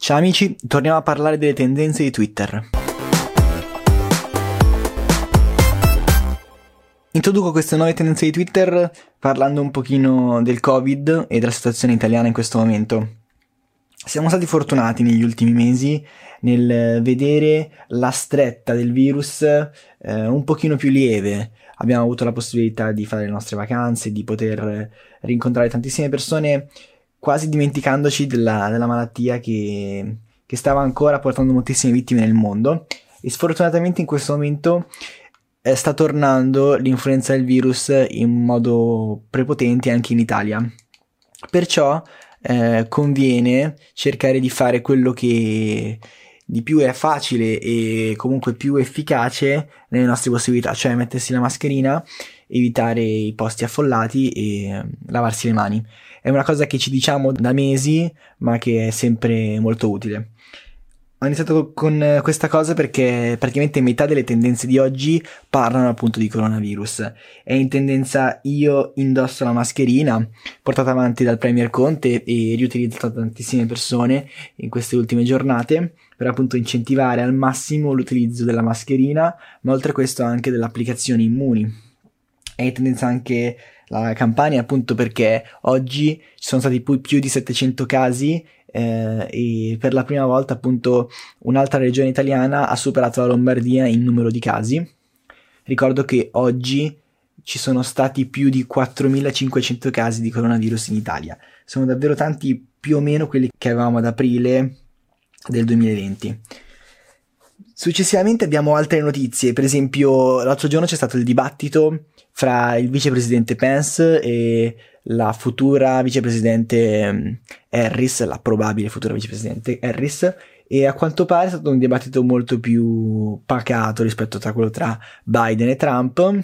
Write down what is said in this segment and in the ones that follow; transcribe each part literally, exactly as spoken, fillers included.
Ciao amici, torniamo a parlare delle tendenze di Twitter. Introduco queste nuove tendenze di Twitter parlando un pochino del Covid e della situazione italiana in questo momento. Siamo stati fortunati negli ultimi mesi nel vedere la stretta del virus eh, un pochino più lieve. Abbiamo avuto la possibilità di fare le nostre vacanze, di poter rincontrare tantissime persone, quasi dimenticandoci della, della malattia che, che stava ancora portando moltissime vittime nel mondo. E sfortunatamente in questo momento eh, sta tornando l'influenza del virus in modo prepotente anche in Italia. Perciò eh, conviene cercare di fare quello che di più è facile e comunque più efficace nelle nostre possibilità, cioè mettersi la mascherina, evitare i posti affollati e lavarsi le mani. È una cosa che ci diciamo da mesi, ma che è sempre molto utile. Ho iniziato con questa cosa perché praticamente metà delle tendenze di oggi parlano appunto di coronavirus. È in tendenza io indosso la mascherina, portata avanti dal Premier Conte e riutilizzata da tantissime persone in queste ultime giornate, per appunto incentivare al massimo l'utilizzo della mascherina, ma oltre a questo anche delle applicazioni Immuni. È in tendenza anche la campagna appunto perché oggi ci sono stati più di settecento casi eh, e per la prima volta appunto un'altra regione italiana ha superato la Lombardia in numero di casi. Ricordo che oggi ci sono stati più di quattromilacinquecento casi di coronavirus in Italia. Sono davvero tanti, più o meno quelli che avevamo ad aprile del duemilaventi. Successivamente abbiamo altre notizie, per esempio l'altro giorno c'è stato il dibattito fra il vicepresidente Pence e la futura vicepresidente Harris, la probabile futura vicepresidente Harris, e a quanto pare è stato un dibattito molto più pacato rispetto a quello tra Biden e Trump.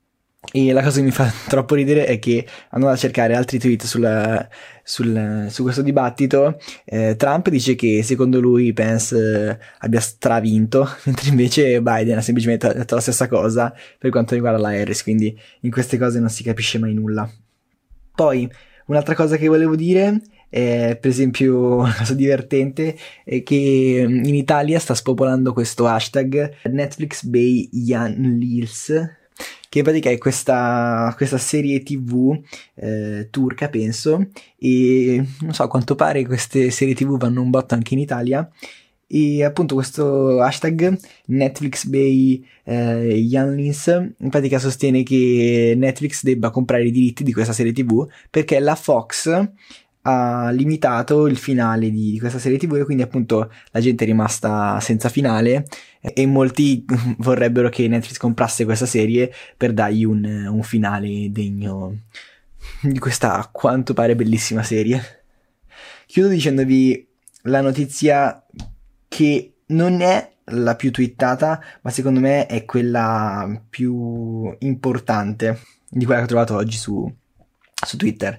E la cosa che mi fa troppo ridere è che andando a cercare altri tweet sul, sul, su questo dibattito, eh, Trump dice che secondo lui Pence eh, abbia stravinto, mentre invece Biden ha semplicemente detto la stessa cosa per quanto riguarda la Harris, quindi in queste cose non si capisce mai nulla. Poi un'altra cosa che volevo dire è, per esempio, una cosa divertente, è che in Italia sta spopolando questo hashtag Netflix by Jan Leels, che in pratica è questa, questa serie tv eh, turca, penso, e non so, a quanto pare queste serie tv vanno un botto anche in Italia, e appunto questo hashtag Netflix by eh, Janlins in pratica sostiene che Netflix debba comprare i diritti di questa serie tv perché la Fox ha limitato il finale di, di questa serie tv e quindi appunto la gente è rimasta senza finale e molti vorrebbero che Netflix comprasse questa serie per dargli un, un finale degno di questa a quanto pare bellissima serie. Chiudo dicendovi la notizia che non è la più twittata, ma secondo me è quella più importante di quella che ho trovato oggi su, su Twitter.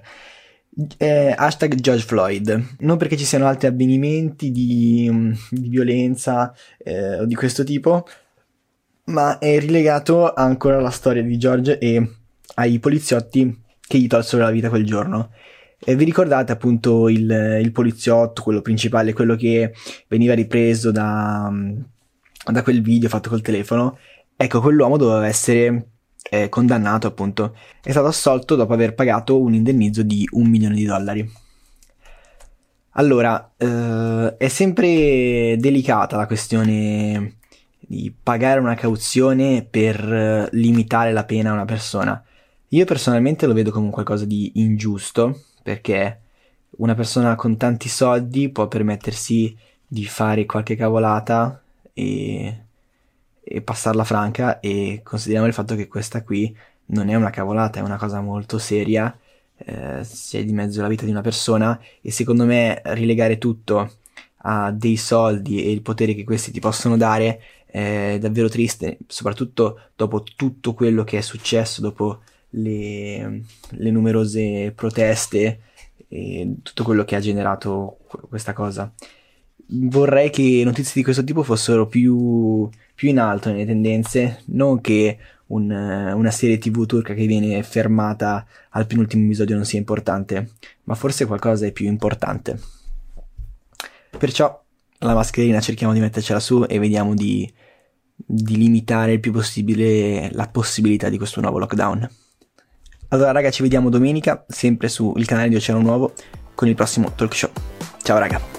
Eh, hashtag George Floyd, non perché ci siano altri avvenimenti di, di violenza eh, o di questo tipo, ma è rilegato ancora alla storia di George e ai poliziotti che gli tolsero la vita quel giorno. E vi ricordate appunto il, il poliziotto, quello principale, quello che veniva ripreso da, da quel video fatto col telefono? Ecco, quell'uomo doveva essere eh, condannato appunto, è stato assolto dopo aver pagato un indennizzo di un milione di dollari. Allora, eh, è sempre delicata la questione di pagare una cauzione per limitare la pena a una persona. Io personalmente lo vedo come qualcosa di ingiusto, perché una persona con tanti soldi può permettersi di fare qualche cavolata e, e passarla franca, e consideriamo il fatto che questa qui non è una cavolata, è una cosa molto seria, eh, c'è di mezzo la vita di una persona, e secondo me rilegare tutto a dei soldi e il potere che questi ti possono dare è davvero triste, soprattutto dopo tutto quello che è successo, dopo le, le numerose proteste e tutto quello che ha generato questa cosa. Vorrei che notizie di questo tipo fossero più, più in alto nelle tendenze, non che un, una serie tv turca che viene fermata al penultimo episodio non sia importante, ma forse qualcosa è più importante. Perciò la mascherina cerchiamo di mettercela su e vediamo di, di limitare il più possibile la possibilità di questo nuovo lockdown. Allora raga, ci vediamo domenica, sempre sul canale di Oceano Nuovo, con il prossimo talk show. Ciao raga!